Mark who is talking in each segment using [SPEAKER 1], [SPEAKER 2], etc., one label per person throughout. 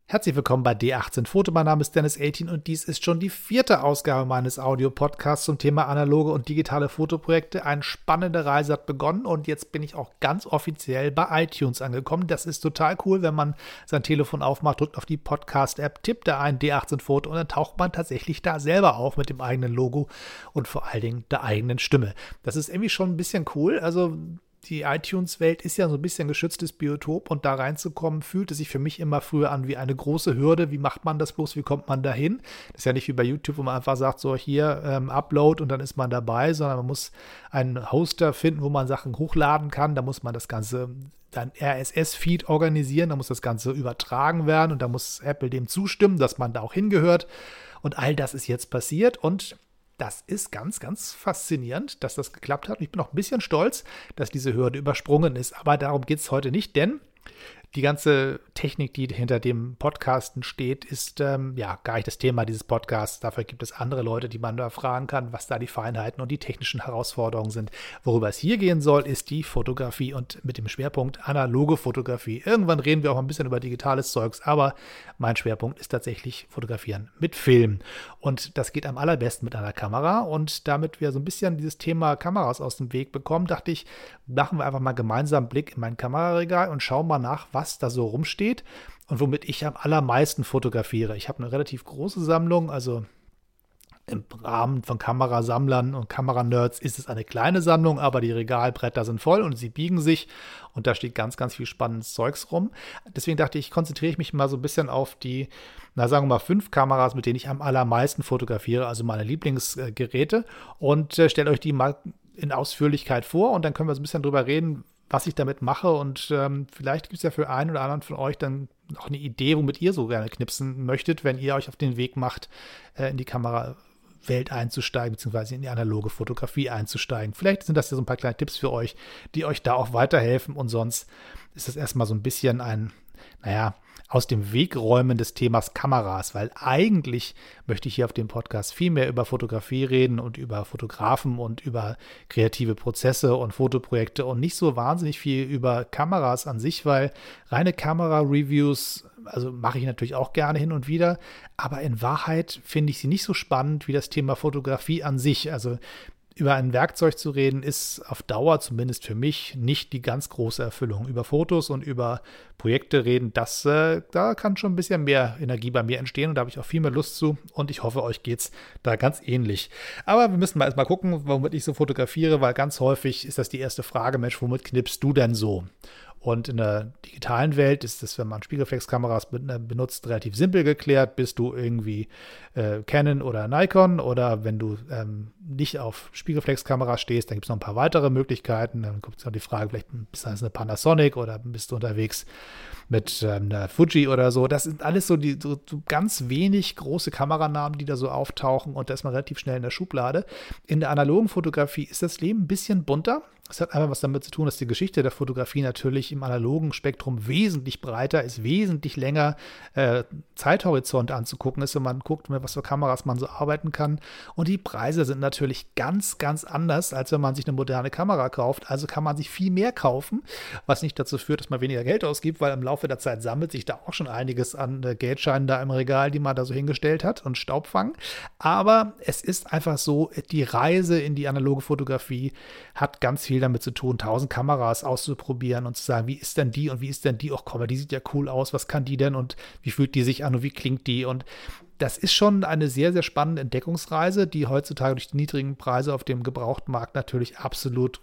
[SPEAKER 1] Herzlich willkommen bei D18 Foto. Mein Name ist Dennis 18 und dies ist schon die 4. Ausgabe meines Audio-Podcasts zum Thema analoge und digitale Fotoprojekte. Eine spannende Reise hat begonnen und jetzt bin ich auch ganz offiziell bei iTunes angekommen. Das ist total cool, wenn man sein Telefon aufmacht, drückt auf die Podcast-App, tippt da ein D18 Foto und dann taucht man tatsächlich da selber auf mit dem eigenen Logo und vor allen Dingen der eigenen Stimme. Das ist irgendwie schon ein bisschen cool. Also die iTunes-Welt ist ja so ein bisschen geschütztes Biotop und da reinzukommen, fühlte sich für mich immer früher an wie eine große Hürde. Wie macht man das bloß? Wie kommt man da hin? Das ist ja nicht wie bei YouTube, wo man einfach sagt, so hier Upload und dann ist man dabei, sondern man muss einen Hoster finden, wo man Sachen hochladen kann. Da muss man das Ganze dann RSS-Feed organisieren, da muss das Ganze übertragen werden und da muss Apple dem zustimmen, dass man da auch hingehört. Und all das ist jetzt passiert und das ist ganz, ganz faszinierend, dass das geklappt hat. Ich bin auch ein bisschen stolz, dass diese Hürde übersprungen ist. Aber darum geht es heute nicht, denn die ganze Technik, die hinter dem Podcasten steht, ist gar nicht das Thema dieses Podcasts. Dafür gibt es andere Leute, die man da fragen kann, was da die Feinheiten und die technischen Herausforderungen sind. Worüber es hier gehen soll, ist die Fotografie und mit dem Schwerpunkt analoge Fotografie. Irgendwann reden wir auch ein bisschen über digitales Zeugs, aber mein Schwerpunkt ist tatsächlich Fotografieren mit Film. Und das geht am allerbesten mit einer Kamera. Und damit wir so ein bisschen dieses Thema Kameras aus dem Weg bekommen, dachte ich, machen wir einfach mal gemeinsam einen Blick in mein Kameraregal und schauen mal nach, was da so rumsteht und womit ich am allermeisten fotografiere. Ich habe eine relativ große Sammlung, also im Rahmen von Kamerasammlern und Kameranerds ist es eine kleine Sammlung, aber die Regalbretter sind voll und sie biegen sich und da steht ganz, ganz viel spannendes Zeugs rum. Deswegen dachte ich, konzentriere ich mich mal so ein bisschen auf die, sagen wir mal 5 Kameras, mit denen ich am allermeisten fotografiere, also meine Lieblingsgeräte und stelle euch die mal in Ausführlichkeit vor und dann können wir so ein bisschen drüber reden, was ich damit mache und vielleicht gibt es ja für einen oder anderen von euch dann auch eine Idee, womit ihr so gerne knipsen möchtet, wenn ihr euch auf den Weg macht, in die Kamerawelt einzusteigen, beziehungsweise in die analoge Fotografie einzusteigen. Vielleicht sind das ja so ein paar kleine Tipps für euch, die euch da auch weiterhelfen und sonst ist das erstmal so ein bisschen ein, aus dem Weg räumen des Themas Kameras, weil eigentlich möchte ich hier auf dem Podcast viel mehr über Fotografie reden und über Fotografen und über kreative Prozesse und Fotoprojekte und nicht so wahnsinnig viel über Kameras an sich, weil reine Kamera-Reviews, also mache ich natürlich auch gerne hin und wieder, aber in Wahrheit finde ich sie nicht so spannend wie das Thema Fotografie an sich. Also über ein Werkzeug zu reden, ist auf Dauer, zumindest für mich, nicht die ganz große Erfüllung. Über Fotos und über Projekte reden, da kann schon ein bisschen mehr Energie bei mir entstehen und da habe ich auch viel mehr Lust zu und ich hoffe, euch geht es da ganz ähnlich. Aber wir müssen mal erstmal gucken, womit ich so fotografiere, weil ganz häufig ist das die erste Frage, Mensch, womit knippst du denn so? Und in der digitalen Welt ist es, wenn man Spiegelreflexkameras benutzt, relativ simpel geklärt. Bist du irgendwie Canon oder Nikon oder wenn du nicht auf Spiegelreflexkameras stehst, dann gibt es noch ein paar weitere Möglichkeiten. Dann kommt noch die Frage, vielleicht bist du eine Panasonic oder bist du unterwegs mit einer Fuji oder so. Das sind alles so ganz wenig große Kameranamen, die da so auftauchen und da ist man relativ schnell in der Schublade. In der analogen Fotografie ist das Leben ein bisschen bunter. Es hat einfach was damit zu tun, dass die Geschichte der Fotografie natürlich im analogen Spektrum wesentlich breiter ist, wesentlich länger Zeithorizont anzugucken ist, wenn man guckt, mit was für Kameras man so arbeiten kann. Und die Preise sind natürlich ganz, ganz anders, als wenn man sich eine moderne Kamera kauft. Also kann man sich viel mehr kaufen, was nicht dazu führt, dass man weniger Geld ausgibt, weil im Laufe der Zeit sammelt sich da auch schon einiges an Geldscheinen da im Regal, die man da so hingestellt hat und Staubfang. Aber es ist einfach so, die Reise in die analoge Fotografie hat ganz viel damit zu tun, 1000 Kameras auszuprobieren und zu sagen, wie ist denn die und wie ist denn die? Och, komm mal, die sieht ja cool aus, was kann die denn und wie fühlt die sich an und wie klingt die? Und das ist schon eine sehr, sehr spannende Entdeckungsreise, die heutzutage durch die niedrigen Preise auf dem Gebrauchtmarkt natürlich absolut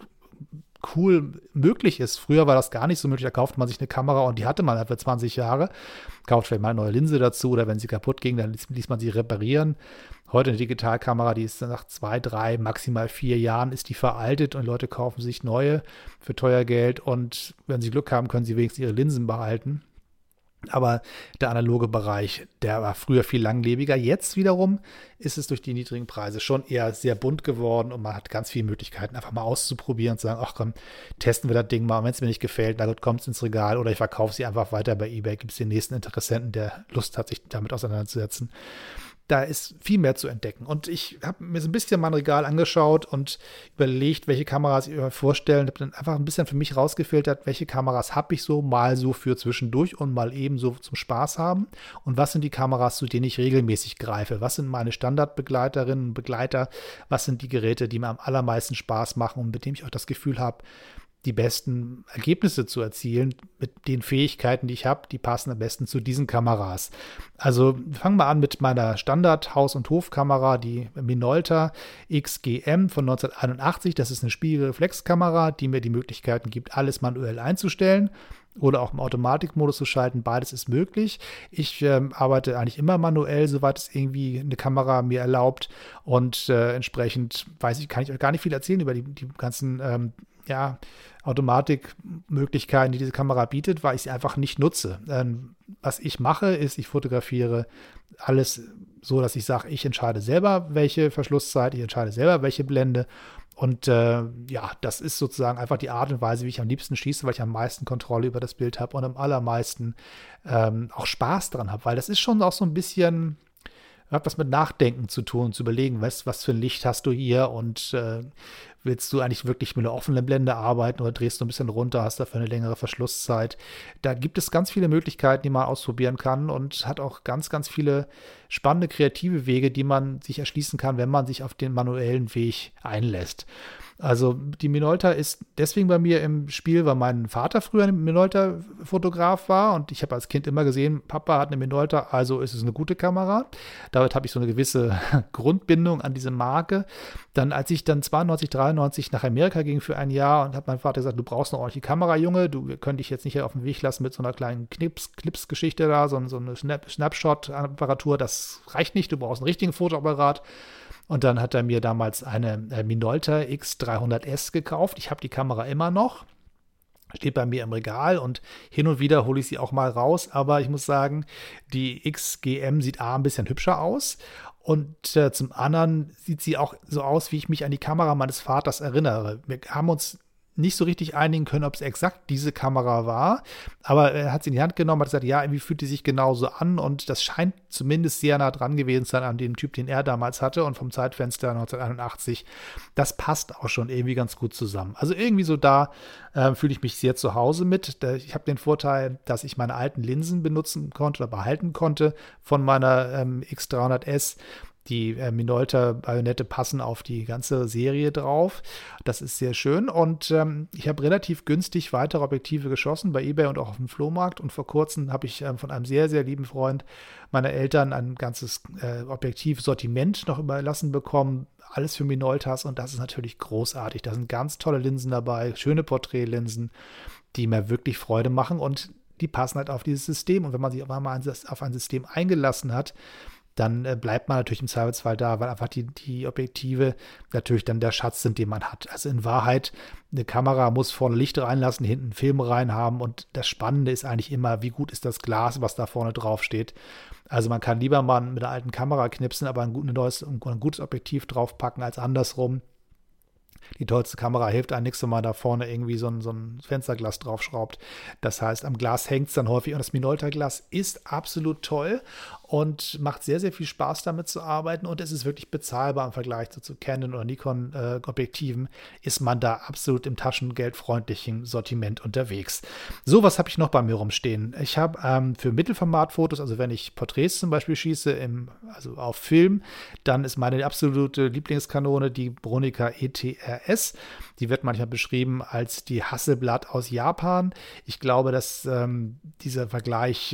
[SPEAKER 1] cool möglich ist. Früher war das gar nicht so möglich, da kaufte man sich eine Kamera und die hatte man halt für 20 Jahre, kauft vielleicht mal eine neue Linse dazu oder wenn sie kaputt ging, dann ließ man sie reparieren. Heute eine Digitalkamera, die ist nach 2, 3, maximal 4 Jahren ist die veraltet und Leute kaufen sich neue für teuer Geld und wenn sie Glück haben, können sie wenigstens ihre Linsen behalten. Aber der analoge Bereich, der war früher viel langlebiger. Jetzt wiederum ist es durch die niedrigen Preise schon eher sehr bunt geworden und man hat ganz viele Möglichkeiten, einfach mal auszuprobieren und zu sagen, ach komm, testen wir das Ding mal. Und wenn es mir nicht gefällt, na gut, kommt es ins Regal oder ich verkaufe sie einfach weiter bei eBay. Gibt es den nächsten Interessenten, der Lust hat, sich damit auseinanderzusetzen. da ist viel mehr zu entdecken. Und ich habe mir so ein bisschen mein Regal angeschaut und überlegt, welche Kameras ich mir vorstellen. Habe dann einfach ein bisschen für mich rausgefiltert, welche Kameras habe ich so, mal so für zwischendurch und mal eben so zum Spaß haben. Und was sind die Kameras, zu denen ich regelmäßig greife? Was sind meine Standardbegleiterinnen und Begleiter? Was sind die Geräte, die mir am allermeisten Spaß machen und mit denen ich auch das Gefühl habe, die besten Ergebnisse zu erzielen mit den Fähigkeiten, die ich habe, die passen am besten zu diesen Kameras. Also fangen wir an mit meiner Standard-Haus- und Hofkamera, die Minolta XGM von 1981. Das ist eine Spiegelreflexkamera, die mir die Möglichkeiten gibt, alles manuell einzustellen oder auch im Automatikmodus zu schalten. Beides ist möglich. Ich arbeite eigentlich immer manuell, soweit es irgendwie eine Kamera mir erlaubt. Und entsprechend kann ich euch gar nicht viel erzählen über die ganzen Automatikmöglichkeiten, die diese Kamera bietet, weil ich sie einfach nicht nutze. Was ich mache, ist, ich fotografiere alles so, dass ich sage, ich entscheide selber, welche Verschlusszeit, ich entscheide selber, welche Blende. Und das ist sozusagen einfach die Art und Weise, wie ich am liebsten schieße, weil ich am meisten Kontrolle über das Bild habe und am allermeisten auch Spaß dran habe, weil das ist schon auch so ein bisschen, hat was mit Nachdenken zu tun, zu überlegen, was für ein Licht hast du hier und willst du eigentlich wirklich mit einer offenen Blende arbeiten oder drehst du ein bisschen runter, hast dafür eine längere Verschlusszeit. Da gibt es ganz viele Möglichkeiten, die man ausprobieren kann und hat auch ganz, ganz viele spannende kreative Wege, die man sich erschließen kann, wenn man sich auf den manuellen Weg einlässt. Also die Minolta ist deswegen bei mir im Spiel, weil mein Vater früher ein Minolta-Fotograf war und ich habe als Kind immer gesehen, Papa hat eine Minolta, also ist es eine gute Kamera. Damit habe ich so eine gewisse Grundbindung an diese Marke. Dann, als ich dann 92, 93 nach Amerika ging für ein Jahr und hat mein Vater gesagt, du brauchst eine ordentliche Kamera, Junge, wir können dich jetzt nicht auf den Weg lassen mit so einer kleinen Clips-Geschichte da, so eine Snapshot-Apparatur, das reicht nicht, du brauchst einen richtigen Fotoapparat. Und dann hat er mir damals eine Minolta X300S gekauft. Ich habe die Kamera immer noch, steht bei mir im Regal und hin und wieder hole ich sie auch mal raus. Aber ich muss sagen, die XGM sieht ein bisschen hübscher aus. Und zum anderen sieht sie auch so aus, wie ich mich an die Kamera meines Vaters erinnere. Wir haben uns nicht so richtig einigen können, ob es exakt diese Kamera war, aber er hat sie in die Hand genommen, hat gesagt, ja, irgendwie fühlt die sich genauso an und das scheint zumindest sehr nah dran gewesen zu sein an den Typ, den er damals hatte und vom Zeitfenster 1981, das passt auch schon irgendwie ganz gut zusammen. Also irgendwie so da fühle ich mich sehr zu Hause mit. Ich habe den Vorteil, dass ich meine alten Linsen benutzen konnte oder behalten konnte von meiner X300S. Die Minolta-Bajonette passen auf die ganze Serie drauf. Das ist sehr schön. Und ich habe relativ günstig weitere Objektive geschossen bei eBay und auch auf dem Flohmarkt. Und vor kurzem habe ich von einem sehr, sehr lieben Freund meiner Eltern ein ganzes Objektivsortiment noch überlassen bekommen. Alles für Minoltas. Und das ist natürlich großartig. Da sind ganz tolle Linsen dabei, schöne Porträtlinsen, die mir wirklich Freude machen. Und die passen halt auf dieses System. Und wenn man sich auf einmal auf ein System eingelassen hat, dann bleibt man natürlich im Zweifelsfall da, weil einfach die Objektive natürlich dann der Schatz sind, den man hat. Also in Wahrheit, eine Kamera muss vorne Licht reinlassen, hinten einen Film reinhaben und das Spannende ist eigentlich immer, wie gut ist das Glas, was da vorne drauf steht. Also man kann lieber mal mit einer alten Kamera knipsen, aber ein gutes Objektiv draufpacken als andersrum. Die tollste Kamera hilft einem nichts, wenn man da vorne irgendwie so ein Fensterglas draufschraubt. Das heißt, am Glas hängt es dann häufig und das Minolta-Glas ist absolut toll und macht sehr, sehr viel Spaß damit zu arbeiten und es ist wirklich bezahlbar im Vergleich zu Canon oder Nikon Objektiven, ist man da absolut im taschengeldfreundlichen Sortiment unterwegs. So, was habe ich noch bei mir rumstehen? Ich habe für Mittelformatfotos, also wenn ich Porträts zum Beispiel schieße, also auf Film, dann ist meine absolute Lieblingskanone die Bronica ETRS. Die wird manchmal beschrieben als die Hasselblad aus Japan. Ich glaube, dass dieser Vergleich,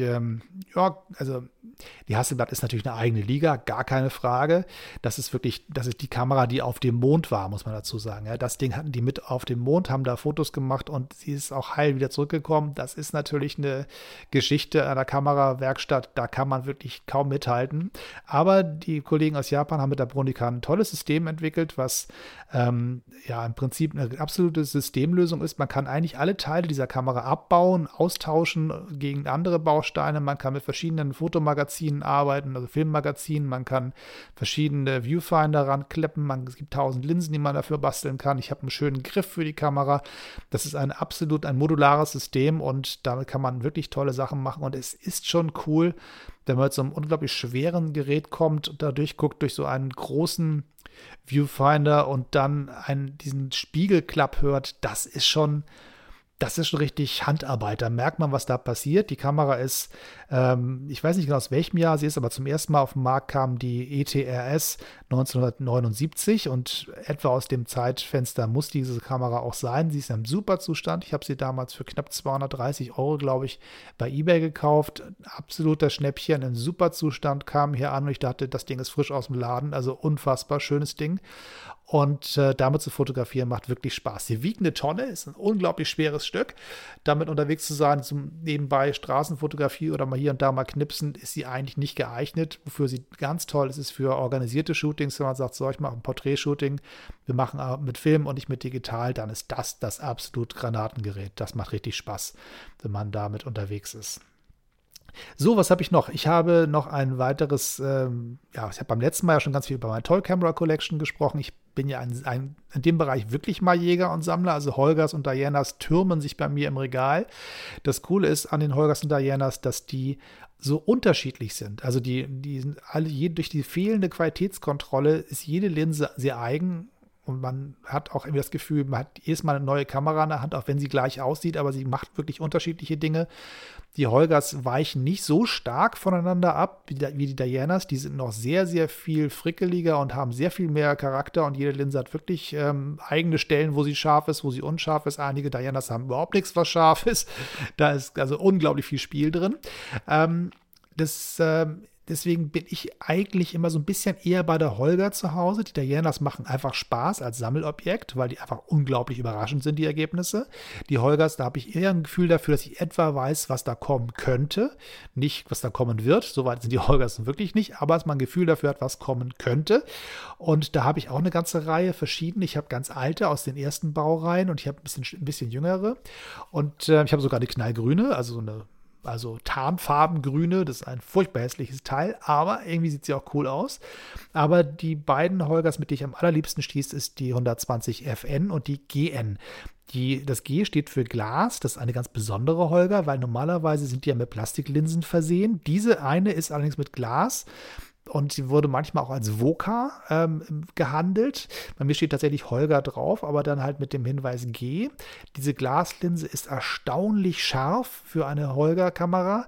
[SPEAKER 1] also die Hasselblad ist natürlich eine eigene Liga, gar keine Frage. Das ist die Kamera, die auf dem Mond war, muss man dazu sagen. Ja, das Ding hatten die mit auf dem Mond, haben da Fotos gemacht und sie ist auch heil wieder zurückgekommen. Das ist natürlich eine Geschichte einer Kamerawerkstatt, da kann man wirklich kaum mithalten. Aber die Kollegen aus Japan haben mit der Bronica ein tolles System entwickelt, was im Prinzip eine absolute Systemlösung ist. Man kann eigentlich alle Teile dieser Kamera abbauen, austauschen gegen andere Bausteine. Man kann mit verschiedenen Fotomagazinen Magazinen arbeiten, also Filmmagazinen. Man kann verschiedene Viewfinder rankleppen. Es gibt 1000 Linsen, die man dafür basteln kann. Ich habe einen schönen Griff für die Kamera. Das ist ein modulares System und damit kann man wirklich tolle Sachen machen. Und es ist schon cool, wenn man mit so einem unglaublich schweren Gerät kommt und da durchguckt durch so einen großen Viewfinder und dann diesen Spiegelklapp hört. Das ist schon richtig Handarbeit. Da merkt man, was da passiert. Die Kamera ist, ich weiß nicht genau aus welchem Jahr sie ist, aber zum ersten Mal auf den Markt kam die ETRS 1979 und etwa aus dem Zeitfenster muss diese Kamera auch sein. Sie ist im super Zustand. Ich habe sie damals für knapp 230 €, glaube ich, bei eBay gekauft. Absoluter Schnäppchen, in super Zustand, kam hier an und ich dachte, das Ding ist frisch aus dem Laden. Also unfassbar schönes Ding. Und damit zu fotografieren macht wirklich Spaß. Sie wiegt eine Tonne, ist ein unglaublich schweres Stück. Damit unterwegs zu sein, zum nebenbei Straßenfotografie oder mal hier und da mal knipsen, ist sie eigentlich nicht geeignet. Wofür sie ganz toll ist, ist für organisierte Shootings, wenn man sagt, so, ich mache ein Porträtshooting, wir machen mit Film und nicht mit digital, dann ist das absolut Granatengerät. Das macht richtig Spaß, wenn man damit unterwegs ist. So, was habe ich noch? Ich habe noch ein weiteres, ich habe beim letzten Mal ja schon ganz viel über meine Toy Camera Collection gesprochen. Ich bin ja in dem Bereich wirklich mal Jäger und Sammler. Also Holgers und Dianas türmen sich bei mir im Regal. Das Coole ist an den Holgers und Dianas, dass die so unterschiedlich sind. Also die sind alle, durch die fehlende Qualitätskontrolle ist jede Linse sehr eigen. Und man hat auch irgendwie das Gefühl, man hat jedes Mal eine neue Kamera in der Hand, auch wenn sie gleich aussieht, aber sie macht wirklich unterschiedliche Dinge. Die Holgers weichen nicht so stark voneinander ab wie die Dianas. Die sind noch sehr, sehr viel frickeliger und haben sehr viel mehr Charakter. Und jede Linse hat wirklich eigene Stellen, wo sie scharf ist, wo sie unscharf ist. Einige Dianas haben überhaupt nichts, was scharf ist. Da ist also unglaublich viel Spiel drin. Deswegen bin ich eigentlich immer so ein bisschen eher bei der Holger zu Hause. Die Dianas machen einfach Spaß als Sammelobjekt, weil die einfach unglaublich überraschend sind, die Ergebnisse. Die Holgers, da habe ich eher ein Gefühl dafür, dass ich etwa weiß, was da kommen könnte. Nicht, was da kommen wird. Soweit sind die Holgers wirklich nicht, aber dass man ein Gefühl dafür hat, was kommen könnte. Und da habe ich auch eine ganze Reihe verschiedene. Ich habe ganz alte aus den ersten Baureihen und ich habe ein bisschen jüngere. Und ich habe sogar eine knallgrüne, also tarnfarbengrüne, das ist ein furchtbar hässliches Teil, aber irgendwie sieht sie auch cool aus. Aber die beiden Holgers, mit denen ich am allerliebsten stieß, ist die 120 FN und die GN. Das G steht für Glas, das ist eine ganz besondere Holger, weil normalerweise sind die ja mit Plastiklinsen versehen. Diese eine ist allerdings mit Glas. Und sie wurde manchmal auch als Voca gehandelt. Bei mir steht tatsächlich Holger drauf, aber dann halt mit dem Hinweis G. Diese Glaslinse ist erstaunlich scharf für eine Holger-Kamera.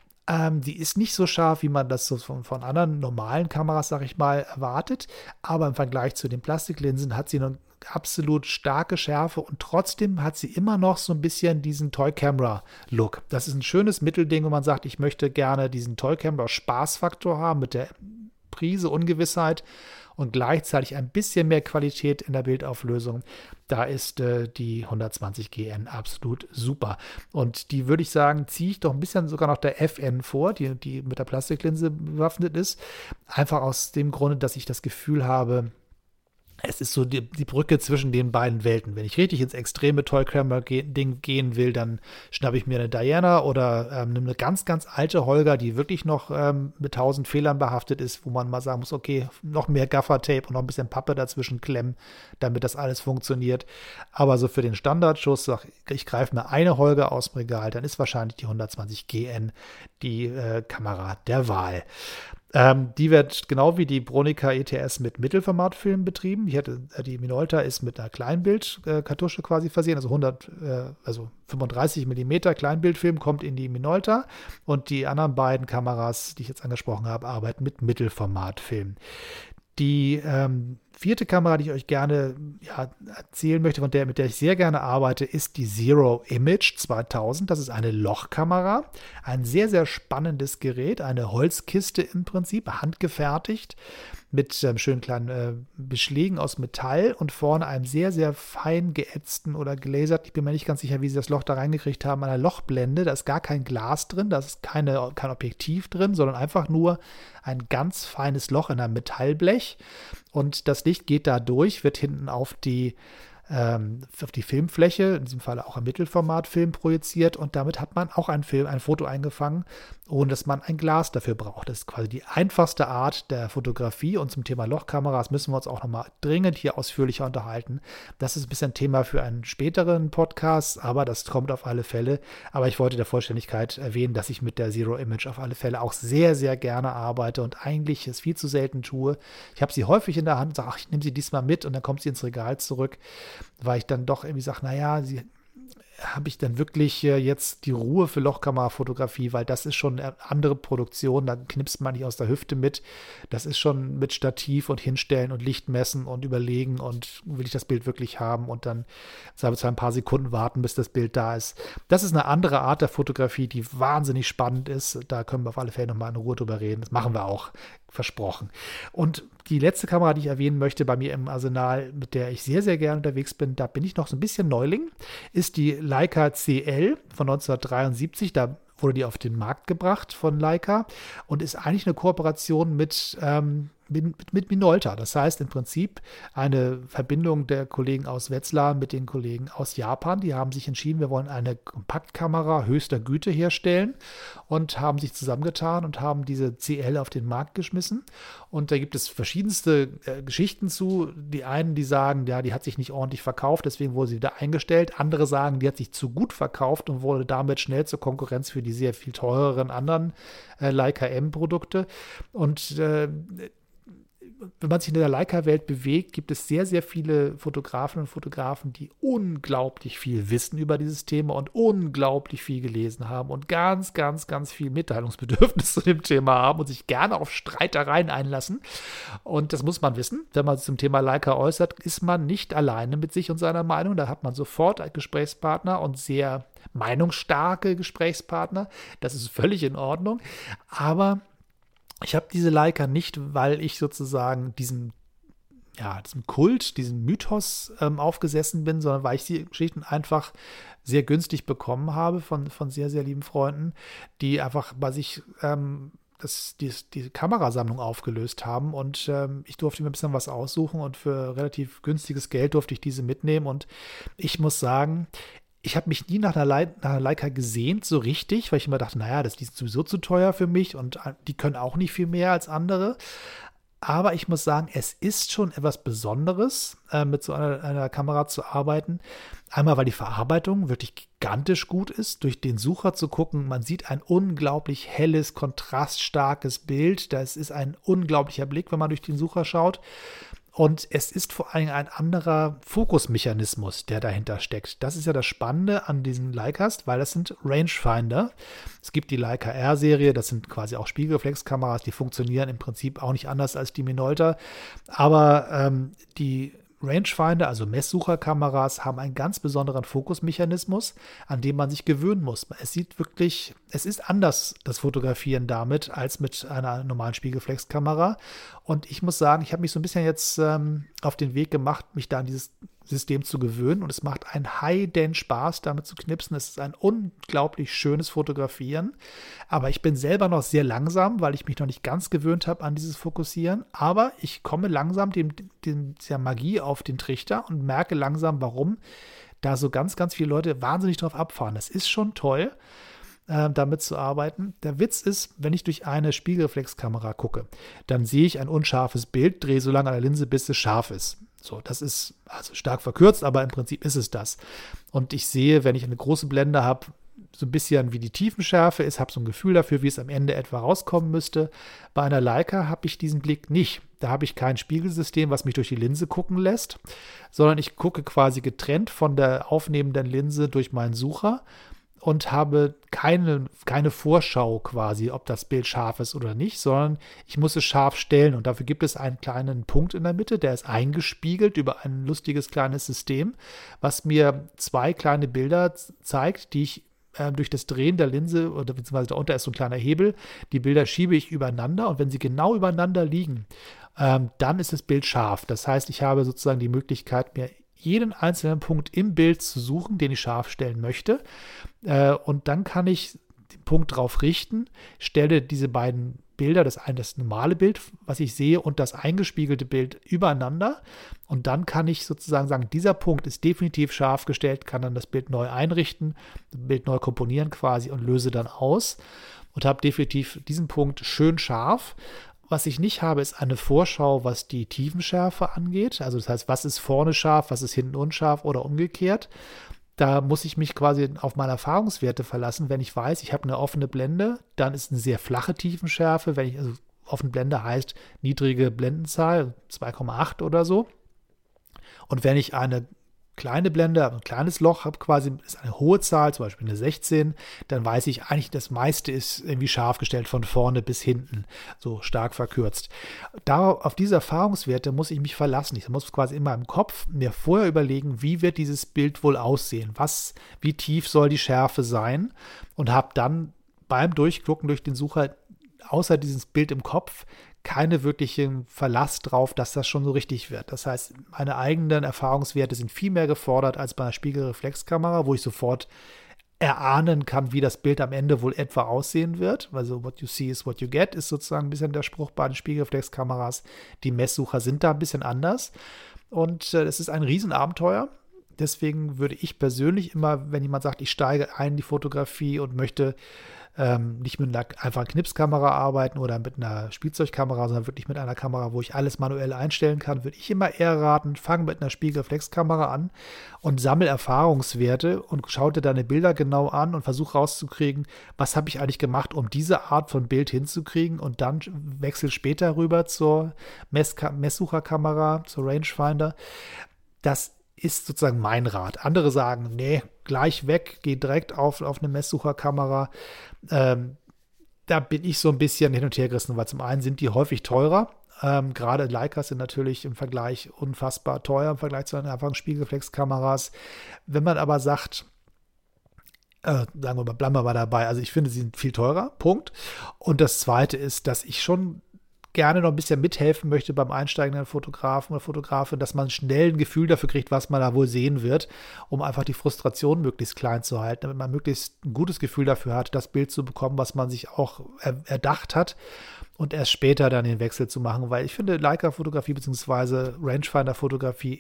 [SPEAKER 1] Die ist nicht so scharf, wie man das so von anderen normalen Kameras, sag ich mal, erwartet. Aber im Vergleich zu den Plastiklinsen hat sie eine absolut starke Schärfe und trotzdem hat sie immer noch so ein bisschen diesen Toy-Camera-Look. Das ist ein schönes Mittelding, wo man sagt, ich möchte gerne diesen Toy-Camera-Spaßfaktor haben mit der Prise Ungewissheit und gleichzeitig ein bisschen mehr Qualität in der Bildauflösung. Da ist die 120 GN absolut super. Und die, würde ich sagen, ziehe ich doch ein bisschen sogar noch der FN vor, die mit der Plastiklinse bewaffnet ist. Einfach aus dem Grunde, dass ich das Gefühl habe, es ist so die Brücke zwischen den beiden Welten. Wenn ich richtig ins extreme Toy-Camera-Ding gehen will, dann schnappe ich mir eine Diana oder nehme eine ganz, ganz alte Holger, die wirklich noch mit 1000 Fehlern behaftet ist, wo man mal sagen muss, okay, noch mehr Gaffer-Tape und noch ein bisschen Pappe dazwischen klemmen, damit das alles funktioniert. Aber so für den Standardschuss, ich greife mir eine Holger aus dem Regal, dann ist wahrscheinlich die 120 GN die Kamera der Wahl. Die wird genau wie die Bronica ETS mit Mittelformatfilm betrieben. Die Minolta ist mit einer Kleinbildkartusche quasi versehen, also 35 mm Kleinbildfilm kommt in die Minolta und die anderen beiden Kameras, die ich jetzt angesprochen habe, arbeiten mit Mittelformatfilm. Die vierte Kamera, die ich euch gerne erzählen möchte, mit der ich sehr gerne arbeite, ist die Zero Image 2000. Das ist eine Lochkamera, ein sehr, sehr spannendes Gerät, eine Holzkiste im Prinzip, handgefertigt, mit schönen kleinen Beschlägen aus Metall und vorne einem sehr, sehr fein geätzten oder gelasert, ich bin mir nicht ganz sicher, wie sie das Loch da reingekriegt haben, einer Lochblende. Da ist gar kein Glas drin, da ist kein Objektiv drin, sondern einfach nur ein ganz feines Loch in einem Metallblech. Und das Licht geht da durch, wird hinten auf die Filmfläche, in diesem Fall auch ein Mittelformatfilm projiziert und damit hat man auch ein Foto eingefangen. ohne dass man ein Glas dafür braucht. Das ist quasi die einfachste Art der Fotografie. Und zum Thema Lochkameras müssen wir uns auch nochmal dringend hier ausführlicher unterhalten. Das ist ein bisschen Thema für einen späteren Podcast, aber das kommt auf alle Fälle. Aber ich wollte der Vollständigkeit erwähnen, dass ich mit der Zero Image auf alle Fälle auch sehr, sehr gerne arbeite und eigentlich es viel zu selten tue. Ich habe sie häufig in der Hand, sage, ach, ich nehme sie diesmal mit und dann kommt sie ins Regal zurück, weil ich dann doch irgendwie sage, naja, habe ich dann wirklich jetzt die Ruhe für Lochkamerafotografie, weil das ist schon eine andere Produktion, da knipst man nicht aus der Hüfte mit, das ist schon mit Stativ und hinstellen und Licht messen und überlegen und will ich das Bild wirklich haben und dann sagen wir ein paar Sekunden warten, bis das Bild da ist. Das ist eine andere Art der Fotografie, die wahnsinnig spannend ist, da können wir auf alle Fälle nochmal in Ruhe drüber reden, das machen wir auch, versprochen. Und die letzte Kamera, die ich erwähnen möchte bei mir im Arsenal, mit der ich sehr, sehr gerne unterwegs bin, da bin ich noch so ein bisschen Neuling, ist die Leica CL von 1973. Da wurde die auf den Markt gebracht von Leica und ist eigentlich eine Kooperation mit Minolta. Das heißt im Prinzip eine Verbindung der Kollegen aus Wetzlar mit den Kollegen aus Japan. Die haben sich entschieden, wir wollen eine Kompaktkamera höchster Güte herstellen und haben sich zusammengetan und haben diese CL auf den Markt geschmissen. Und da gibt es verschiedenste Geschichten zu. Die einen, die sagen, ja, die hat sich nicht ordentlich verkauft, deswegen wurde sie wieder eingestellt. Andere sagen, die hat sich zu gut verkauft und wurde damit schnell zur Konkurrenz für die sehr viel teureren anderen Leica M-Produkte. Und wenn man sich in der Leica-Welt bewegt, gibt es sehr, sehr viele Fotografen und Fotografen, die unglaublich viel wissen über dieses Thema und unglaublich viel gelesen haben und ganz, ganz, ganz viel Mitteilungsbedürfnis zu dem Thema haben und sich gerne auf Streitereien einlassen. Und das muss man wissen. Wenn man sich zum Thema Leica äußert, ist man nicht alleine mit sich und seiner Meinung. Da hat man sofort einen Gesprächspartner und sehr meinungsstarke Gesprächspartner. Das ist völlig in Ordnung. Aber ich habe diese Leica nicht, weil ich sozusagen diesem Kult, diesem Mythos aufgesessen bin, sondern weil ich die Geschichten einfach sehr günstig bekommen habe von sehr, sehr lieben Freunden, die einfach bei sich die Kamerasammlung aufgelöst haben und ich durfte mir ein bisschen was aussuchen und für relativ günstiges Geld durfte ich diese mitnehmen und ich muss sagen, ich habe mich nie nach einer Leica gesehnt, so richtig, weil ich immer dachte, naja, die sind sowieso zu teuer für mich und die können auch nicht viel mehr als andere. Aber ich muss sagen, es ist schon etwas Besonderes, mit so einer Kamera zu arbeiten. Einmal, weil die Verarbeitung wirklich gigantisch gut ist. Durch den Sucher zu gucken, man sieht ein unglaublich helles, kontraststarkes Bild. Das ist ein unglaublicher Blick, wenn man durch den Sucher schaut. Und es ist vor allem ein anderer Fokusmechanismus, der dahinter steckt. Das ist ja das Spannende an diesen Leicas, weil das sind Rangefinder. Es gibt die Leica R-Serie, das sind quasi auch Spiegelreflexkameras, die funktionieren im Prinzip auch nicht anders als die Minolta. Aber die Rangefinder, also Messsucherkameras, haben einen ganz besonderen Fokusmechanismus, an dem man sich gewöhnen muss. Es ist anders, das Fotografieren damit, als mit einer normalen Spiegelreflexkamera. Und ich muss sagen, ich habe mich so ein bisschen jetzt auf den Weg gemacht, mich da an dieses System zu gewöhnen. Und es macht einen heiden Spaß, damit zu knipsen. Es ist ein unglaublich schönes Fotografieren. Aber ich bin selber noch sehr langsam, weil ich mich noch nicht ganz gewöhnt habe an dieses Fokussieren. Aber ich komme langsam der Magie auf den Trichter und merke langsam, warum da so ganz, ganz viele Leute wahnsinnig drauf abfahren. Das ist schon toll, damit zu arbeiten. Der Witz ist, wenn ich durch eine Spiegelreflexkamera gucke, dann sehe ich ein unscharfes Bild, drehe so lange an der Linse, bis es scharf ist. So, das ist also stark verkürzt, aber im Prinzip ist es das. Und ich sehe, wenn ich eine große Blende habe, so ein bisschen wie die Tiefenschärfe ist, habe so ein Gefühl dafür, wie es am Ende etwa rauskommen müsste. Bei einer Leica habe ich diesen Blick nicht. Da habe ich kein Spiegelsystem, was mich durch die Linse gucken lässt, sondern ich gucke quasi getrennt von der aufnehmenden Linse durch meinen Sucher und habe keine Vorschau quasi, ob das Bild scharf ist oder nicht, sondern ich muss es scharf stellen und dafür gibt es einen kleinen Punkt in der Mitte, der ist eingespiegelt über ein lustiges kleines System, was mir zwei kleine Bilder zeigt, die ich durch das Drehen der Linse oder beziehungsweise darunter ist so ein kleiner Hebel, die Bilder schiebe ich übereinander und wenn sie genau übereinander liegen, dann ist das Bild scharf. Das heißt, ich habe sozusagen die Möglichkeit, mir jeden einzelnen Punkt im Bild zu suchen, den ich scharf stellen möchte. Und dann kann ich den Punkt drauf richten, stelle diese beiden Bilder, das normale Bild, was ich sehe, und das eingespiegelte Bild übereinander. Und dann kann ich sozusagen sagen, dieser Punkt ist definitiv scharf gestellt, kann dann das Bild neu einrichten, das Bild neu komponieren quasi und löse dann aus. und habe definitiv diesen Punkt schön scharf. Was ich nicht habe, ist eine Vorschau, was die Tiefenschärfe angeht. Also das heißt, was ist vorne scharf, was ist hinten unscharf oder umgekehrt. Da muss ich mich quasi auf meine Erfahrungswerte verlassen. Wenn ich weiß, ich habe eine offene Blende, dann ist eine sehr flache Tiefenschärfe. Wenn ich, also offene Blende heißt niedrige Blendenzahl, 2,8 oder so. Und wenn ich eine kleine Blende, ein kleines Loch habe, quasi ist eine hohe Zahl, zum Beispiel eine 16, dann weiß ich eigentlich, das meiste ist irgendwie scharf gestellt von vorne bis hinten, so stark verkürzt. Auf diese Erfahrungswerte muss ich mich verlassen. Ich muss quasi in meinem Kopf mir vorher überlegen, wie wird dieses Bild wohl aussehen, wie tief soll die Schärfe sein, und habe dann beim Durchgucken durch den Sucher außer dieses Bild im Kopf keine wirklichen Verlass drauf, dass das schon so richtig wird. Das heißt, meine eigenen Erfahrungswerte sind viel mehr gefordert als bei einer Spiegelreflexkamera, wo ich sofort erahnen kann, wie das Bild am Ende wohl etwa aussehen wird. Also what you see is what you get ist sozusagen ein bisschen der Spruch bei den Spiegelreflexkameras. Die Messsucher sind da ein bisschen anders und es ist ein Riesenabenteuer. Deswegen würde ich persönlich immer, wenn jemand sagt, ich steige ein in die Fotografie und möchte nicht mit einer einfachen Knipskamera arbeiten oder mit einer Spielzeugkamera, sondern wirklich mit einer Kamera, wo ich alles manuell einstellen kann, würde ich immer eher raten, fang mit einer Spiegelreflexkamera an und sammle Erfahrungswerte und schau dir deine Bilder genau an und versuch rauszukriegen, was habe ich eigentlich gemacht, um diese Art von Bild hinzukriegen, und dann wechsel später rüber zur Messsucherkamera, zur Rangefinder. Das ist sozusagen mein Rat. Andere sagen, nee, gleich weg, geh direkt auf eine Messsucherkamera. Da bin ich so ein bisschen hin und her gerissen, weil zum einen sind die häufig teurer. Gerade Leicas sind natürlich im Vergleich unfassbar teuer im Vergleich zu den einfachen Spiegelreflexkameras. Wenn man aber sagt, sagen wir mal, bleiben wir mal dabei, also ich finde, sie sind viel teurer, Punkt. Und das Zweite ist, dass ich schon gerne noch ein bisschen mithelfen möchte beim einsteigenden Fotografen oder Fotografin, dass man schnell ein Gefühl dafür kriegt, was man da wohl sehen wird, um einfach die Frustration möglichst klein zu halten, damit man möglichst ein gutes Gefühl dafür hat, das Bild zu bekommen, was man sich auch erdacht hat, und erst später dann den Wechsel zu machen, weil ich finde, Leica-Fotografie bzw. Rangefinder-Fotografie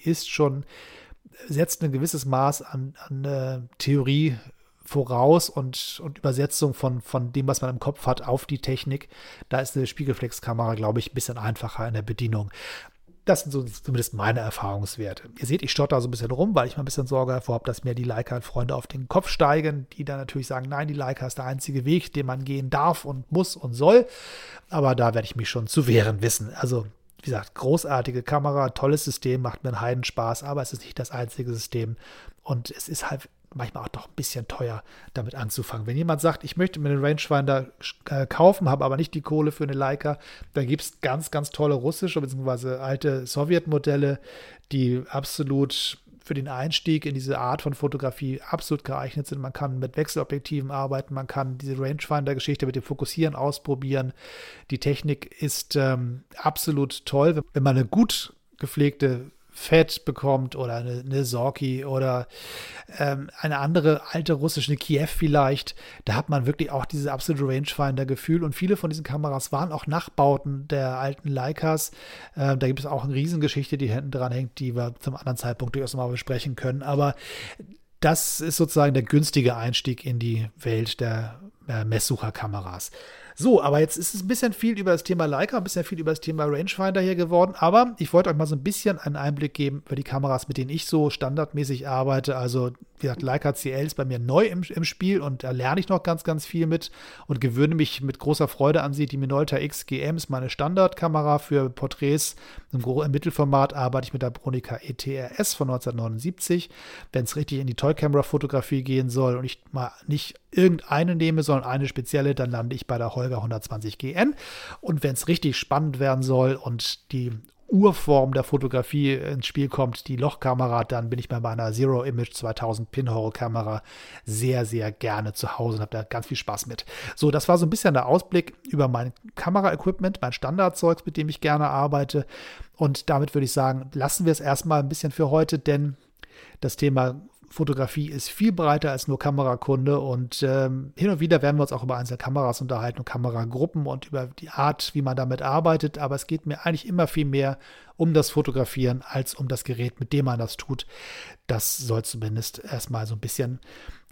[SPEAKER 1] setzt ein gewisses Maß an Theorie voraus und Übersetzung von dem, was man im Kopf hat, auf die Technik. Da ist eine Spiegelreflexkamera, glaube ich, ein bisschen einfacher in der Bedienung. Das sind so zumindest meine Erfahrungswerte. Ihr seht, ich stotter so ein bisschen rum, weil ich mal ein bisschen Sorge davor habe, dass mir die Leica-Freunde auf den Kopf steigen, die dann natürlich sagen, nein, die Leica ist der einzige Weg, den man gehen darf und muss und soll. Aber da werde ich mich schon zu wehren wissen. Also, wie gesagt, großartige Kamera, tolles System, macht mir einen Heidenspaß, aber es ist nicht das einzige System. Und es ist halt manchmal auch doch ein bisschen teuer, damit anzufangen. Wenn jemand sagt, ich möchte mir einen Rangefinder kaufen, habe aber nicht die Kohle für eine Leica, dann gibt es ganz, ganz tolle russische bzw. alte Sowjetmodelle, die absolut für den Einstieg in diese Art von Fotografie absolut geeignet sind. Man kann mit Wechselobjektiven arbeiten, man kann diese Rangefinder-Geschichte mit dem Fokussieren ausprobieren. Die Technik ist absolut toll. Wenn man eine gut gepflegte Fett bekommt oder eine Sorki oder eine andere alte russische, eine Kiev vielleicht, da hat man wirklich auch dieses absolute Rangefinder-Gefühl, und viele von diesen Kameras waren auch Nachbauten der alten Leicas. Da gibt es auch eine Riesengeschichte, die hinten dran hängt, die wir zum anderen Zeitpunkt durchaus mal besprechen können, aber das ist sozusagen der günstige Einstieg in die Welt der Messsucherkameras. So, aber jetzt ist es ein bisschen viel über das Thema Leica, ein bisschen viel über das Thema Rangefinder hier geworden, aber ich wollte euch mal so ein bisschen einen Einblick geben über die Kameras, mit denen ich so standardmäßig arbeite. Also, wie gesagt, Leica CL ist bei mir neu im Spiel, und da lerne ich noch ganz, ganz viel mit und gewöhne mich mit großer Freude an sie. Die Minolta X GM ist meine Standardkamera für Porträts. Im Mittelformat arbeite ich mit der Bronica ETRS von 1979. Wenn es richtig in die Toy-Camera-Fotografie gehen soll und ich mal nicht irgendeine nehme, sondern eine spezielle, dann lande ich bei der Holga 120 GN. Und wenn es richtig spannend werden soll und die Urform der Fotografie ins Spiel kommt, die Lochkamera, dann bin ich bei meiner Zero Image 2000 Pinhole-Kamera sehr, sehr gerne zu Hause und habe da ganz viel Spaß mit. So, das war so ein bisschen der Ausblick über mein Kamera-Equipment, mein Standardzeugs, mit dem ich gerne arbeite. Und damit würde ich sagen, lassen wir es erstmal ein bisschen für heute, denn das Thema Fotografie ist viel breiter als nur Kamerakunde, und hin und wieder werden wir uns auch über einzelne Kameras unterhalten und Kameragruppen und über die Art, wie man damit arbeitet, aber es geht mir eigentlich immer viel mehr um das Fotografieren als um das Gerät, mit dem man das tut. Das soll zumindest erstmal so ein bisschen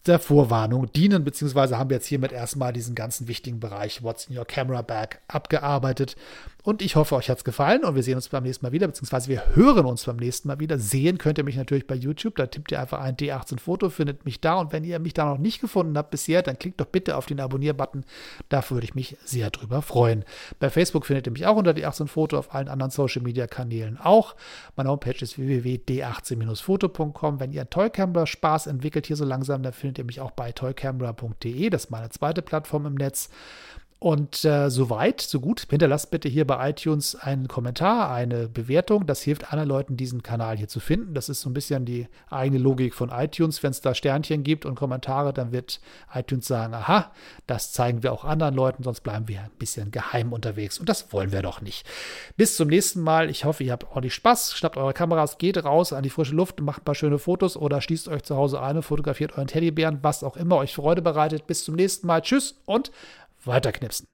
[SPEAKER 1] der Vorwarnung dienen, beziehungsweise haben wir jetzt hiermit erstmal diesen ganzen wichtigen Bereich What's in your camera bag abgearbeitet. Und ich hoffe, euch hat es gefallen und wir sehen uns beim nächsten Mal wieder, beziehungsweise wir hören uns beim nächsten Mal wieder. Sehen könnt ihr mich natürlich bei YouTube, da tippt ihr einfach ein D18 Foto, findet mich da und wenn ihr mich da noch nicht gefunden habt bisher, dann klickt doch bitte auf den Abonnier-Button, dafür würde ich mich sehr drüber freuen. Bei Facebook findet ihr mich auch unter D18 Foto, auf allen anderen Social-Media-Kanälen auch. Meine Homepage ist www.d18-foto.com. Wenn ihr einen Toy-Camera-Spaß entwickelt hier so langsam, dann findet ihr mich auch bei toycamera.de, das ist meine zweite Plattform im Netz. Und soweit, so gut. Hinterlasst bitte hier bei iTunes einen Kommentar, eine Bewertung. Das hilft anderen Leuten, diesen Kanal hier zu finden. Das ist so ein bisschen die eigene Logik von iTunes. Wenn es da Sternchen gibt und Kommentare, dann wird iTunes sagen, aha, das zeigen wir auch anderen Leuten, sonst bleiben wir ein bisschen geheim unterwegs. Und das wollen wir doch nicht. Bis zum nächsten Mal. Ich hoffe, ihr habt ordentlich Spaß. Schnappt eure Kameras, geht raus an die frische Luft, macht ein paar schöne Fotos oder schließt euch zu Hause ein und fotografiert euren Teddybären, was auch immer euch Freude bereitet. Bis zum nächsten Mal. Tschüss und weiterknipsen.